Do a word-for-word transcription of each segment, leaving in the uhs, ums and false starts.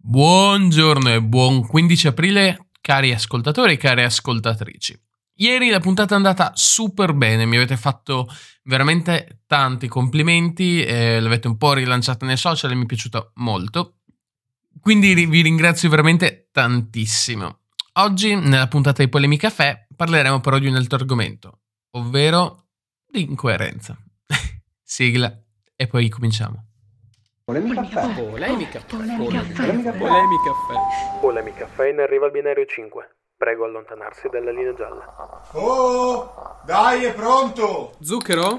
Buongiorno e buon quindici aprile, cari ascoltatori e care ascoltatrici. Ieri la puntata è andata super bene, mi avete fatto veramente tanti complimenti, eh, l'avete un po' rilanciata nei social e mi è piaciuta molto. Quindi ri- vi ringrazio veramente tantissimo. Oggi, nella puntata di Polemica Caffè, parleremo però di un altro argomento, ovvero di incoerenza. Sigla e poi cominciamo. Polemica caffè. Polemica, Polemica caffè. polemica caffè. Polemica caffè in arriva al binario cinque. Prego allontanarsi dalla linea gialla. Oh, dai, è pronto! Zucchero?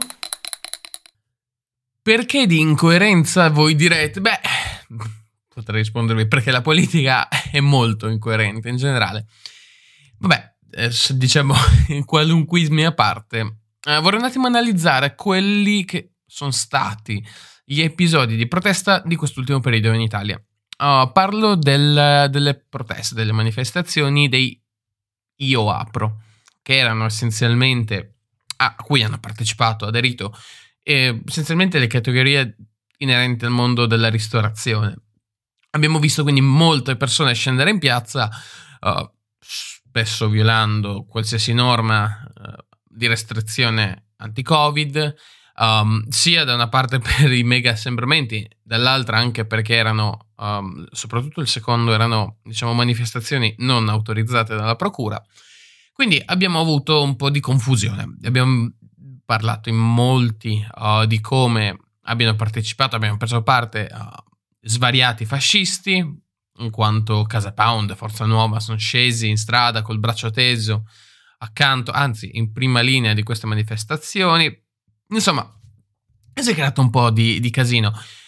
Perché di incoerenza voi direte? Beh, potrei rispondervi perché la politica è molto incoerente in generale. Vabbè, eh, diciamo, qualunquismi a parte, eh, vorrei un attimo analizzare quelli che sono stati gli episodi di protesta di quest'ultimo periodo in Italia. Uh, parlo del, delle proteste, delle manifestazioni dei Io Apro, che erano essenzialmente, a cui hanno partecipato, aderito, eh, essenzialmente le categorie inerenti al mondo della ristorazione. Abbiamo visto quindi molte persone scendere in piazza, uh, spesso violando qualsiasi norma uh, di restrizione anti-Covid, um, sia da una parte per i mega assembramenti, dall'altra anche perché erano, um, soprattutto il secondo, erano diciamo manifestazioni non autorizzate dalla procura. Quindi abbiamo avuto un po' di confusione. Abbiamo parlato in molti uh, di come abbiano partecipato, abbiamo preso parte a svariati fascisti, in quanto Casa Pound, Forza Nuova sono scesi in strada col braccio teso accanto, anzi in prima linea di queste manifestazioni. Insomma, si è creato un po' di, di casino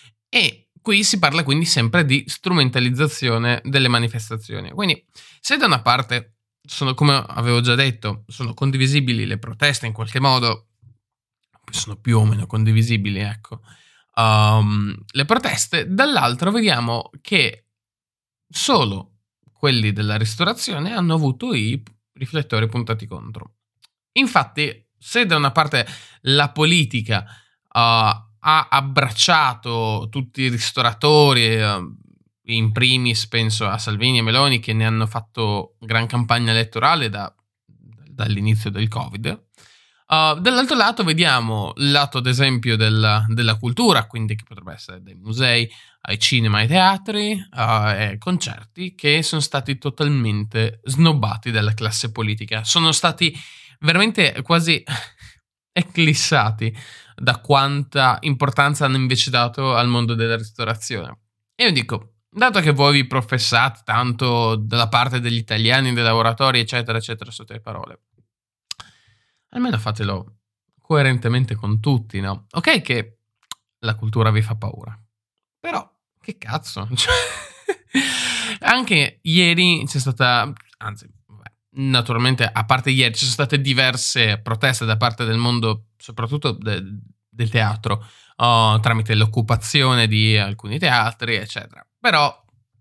e qui si parla quindi sempre di strumentalizzazione delle manifestazioni. Quindi se da una parte sono, come avevo già detto, sono condivisibili le proteste in qualche modo, sono più o meno condivisibili, ecco, um, le proteste, dall'altro vediamo che solo quelli della ristorazione hanno avuto i riflettori puntati contro. Infatti, se da una parte la politica uh, ha abbracciato tutti i ristoratori, uh, in primis penso a Salvini e Meloni, che ne hanno fatto gran campagna elettorale da, dall'inizio del Covid, Uh, dall'altro lato vediamo il lato ad esempio della, della cultura, quindi che potrebbe essere dai musei ai cinema, ai teatri, uh, ai concerti, che sono stati totalmente snobbati dalla classe politica. Sono stati veramente quasi eclissati da quanta importanza hanno invece dato al mondo della ristorazione. E io dico, dato che voi vi professate tanto dalla parte degli italiani, dei lavoratori, eccetera, eccetera, sotto le parole, almeno fatelo coerentemente con tutti, no? Ok che la cultura vi fa paura, però che cazzo? Cioè, anche ieri c'è stata, anzi, vabbè, naturalmente a parte ieri ci sono state diverse proteste da parte del mondo, soprattutto de- del teatro, oh, tramite l'occupazione di alcuni teatri, eccetera. Però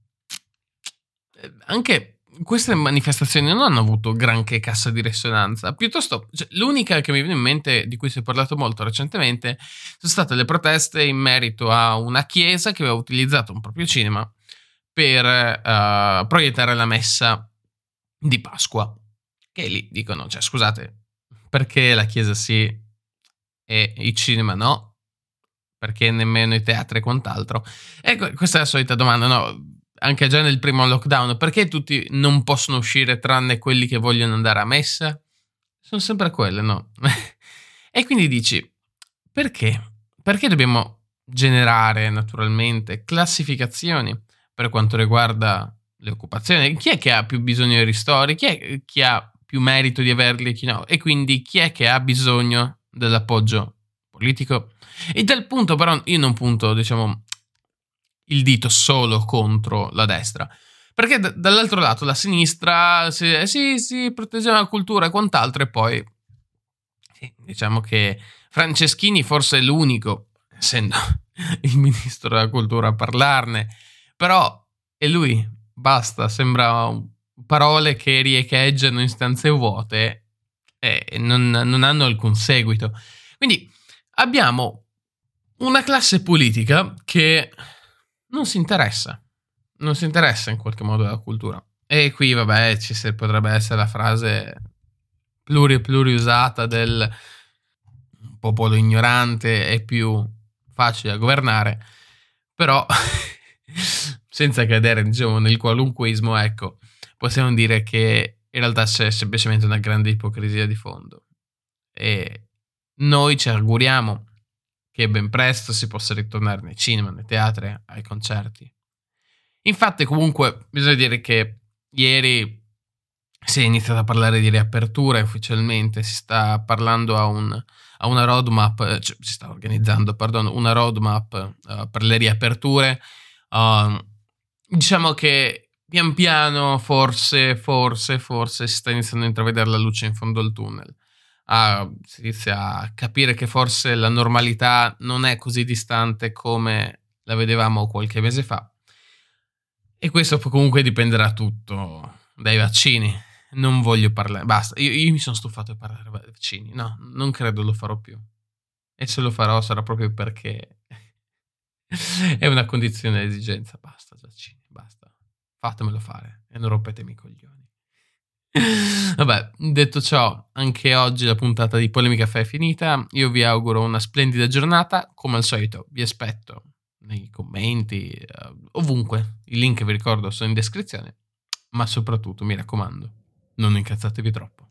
anche queste manifestazioni non hanno avuto granché cassa di risonanza. Piuttosto, cioè, l'unica che mi viene in mente, di cui si è parlato molto recentemente, sono state le proteste in merito a una chiesa che aveva utilizzato un proprio cinema per uh, proiettare la messa di Pasqua. Che lì dicono, cioè scusate, perché la chiesa sì e i cinema no? Perché nemmeno i teatri e quant'altro? Ecco, questa è la solita domanda, no? Anche già nel primo lockdown, perché tutti non possono uscire tranne quelli che vogliono andare a messa? Sono sempre quelle, no? E quindi dici, perché? Perché dobbiamo generare naturalmente classificazioni per quanto riguarda le occupazioni? Chi è che ha più bisogno di ristori? Chi è chi ha più merito di averli e chi no? E quindi chi è che ha bisogno dell'appoggio politico? E dal punto però, io non punto, diciamo, il dito solo contro la destra, perché d- dall'altro lato la sinistra si, eh, sì sì proteggiamo la cultura e quant'altro, e poi sì, diciamo che Franceschini forse è l'unico, essendo il ministro della cultura, a parlarne, però è lui, basta, sembra un- parole che riecheggiano in stanze vuote e non, non hanno alcun seguito. Quindi abbiamo una classe politica che non si interessa non si interessa in qualche modo della cultura. E qui, vabbè, ci se- potrebbe essere la frase pluri pluriusata del popolo ignorante è più facile da governare, però senza cadere, diciamo, nel qualunquismo, ecco, possiamo dire che in realtà c'è semplicemente una grande ipocrisia di fondo. E noi ci auguriamo che ben presto si possa ritornare nei cinema, nei teatri, ai concerti. Infatti, comunque, bisogna dire che ieri si è iniziato a parlare di riaperture ufficialmente, si sta parlando a, un, a una roadmap, eh, cioè si sta organizzando, perdono, una roadmap eh, per le riaperture. Uh, diciamo che pian piano, forse, forse, forse si sta iniziando a intravedere la luce in fondo al tunnel. Ah, si inizia a capire che forse la normalità non è così distante come la vedevamo qualche mese fa. E questo poi comunque dipenderà tutto dai vaccini. Non voglio parlare, basta. Io, io mi sono stufato di parlare di vaccini. No, non credo lo farò più. E se lo farò sarà proprio perché è una condizione di esigenza. Basta, vaccini, basta. Fatemelo fare e non rompetemi i coglioni. Vabbè, detto ciò, anche oggi la puntata di Polemica Caffè è finita. Io vi auguro una splendida giornata. Come al solito, vi aspetto nei commenti, uh, ovunque. I link, vi ricordo, sono in descrizione. Ma soprattutto, mi raccomando, non incazzatevi troppo.